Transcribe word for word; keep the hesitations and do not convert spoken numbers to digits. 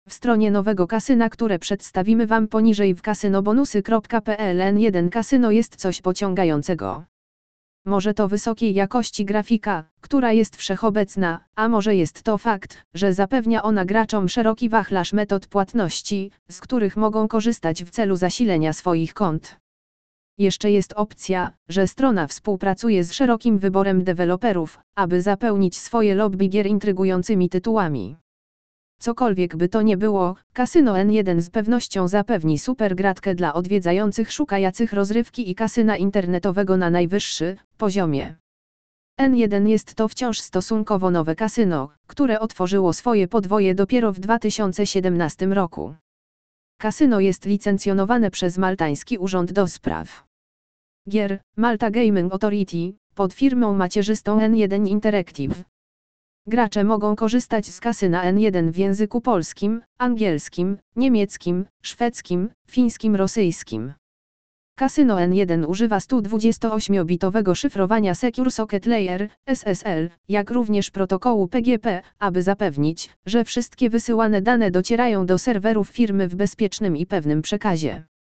W stronie nowego kasyna, które przedstawimy Wam poniżej w kasynobonusy kropka p l N jeden Kasyno jest coś pociągającego. Może to wysokiej jakości grafika, która jest wszechobecna, a może jest to fakt, że zapewnia ona graczom szeroki wachlarz metod płatności, z których mogą korzystać w celu zasilenia swoich kont. Jeszcze jest opcja, że strona współpracuje z szerokim wyborem deweloperów, aby zapełnić swoje lobby gier intrygującymi tytułami. Cokolwiek by to nie było, Kasyno N jeden z pewnością zapewni super gratkę dla odwiedzających szukających rozrywki i kasyna internetowego na najwyższy poziomie. N jeden jest to wciąż stosunkowo nowe kasyno, które otworzyło swoje podwoje dopiero w dwa tysiące siedemnastym roku. Kasyno jest licencjonowane przez Maltański Urząd do Spraw Gier, Malta Gaming Authority, pod firmą macierzystą N jeden Interactive. Gracze mogą korzystać z kasyna N jeden w języku polskim, angielskim, niemieckim, szwedzkim, fińskim, rosyjskim. Kasyno N jeden używa sto dwudziestoośmiobitowego szyfrowania Secure Socket Layer, S S L, jak również protokołu P G P, aby zapewnić, że wszystkie wysyłane dane docierają do serwerów firmy w bezpiecznym i pewnym przekazie.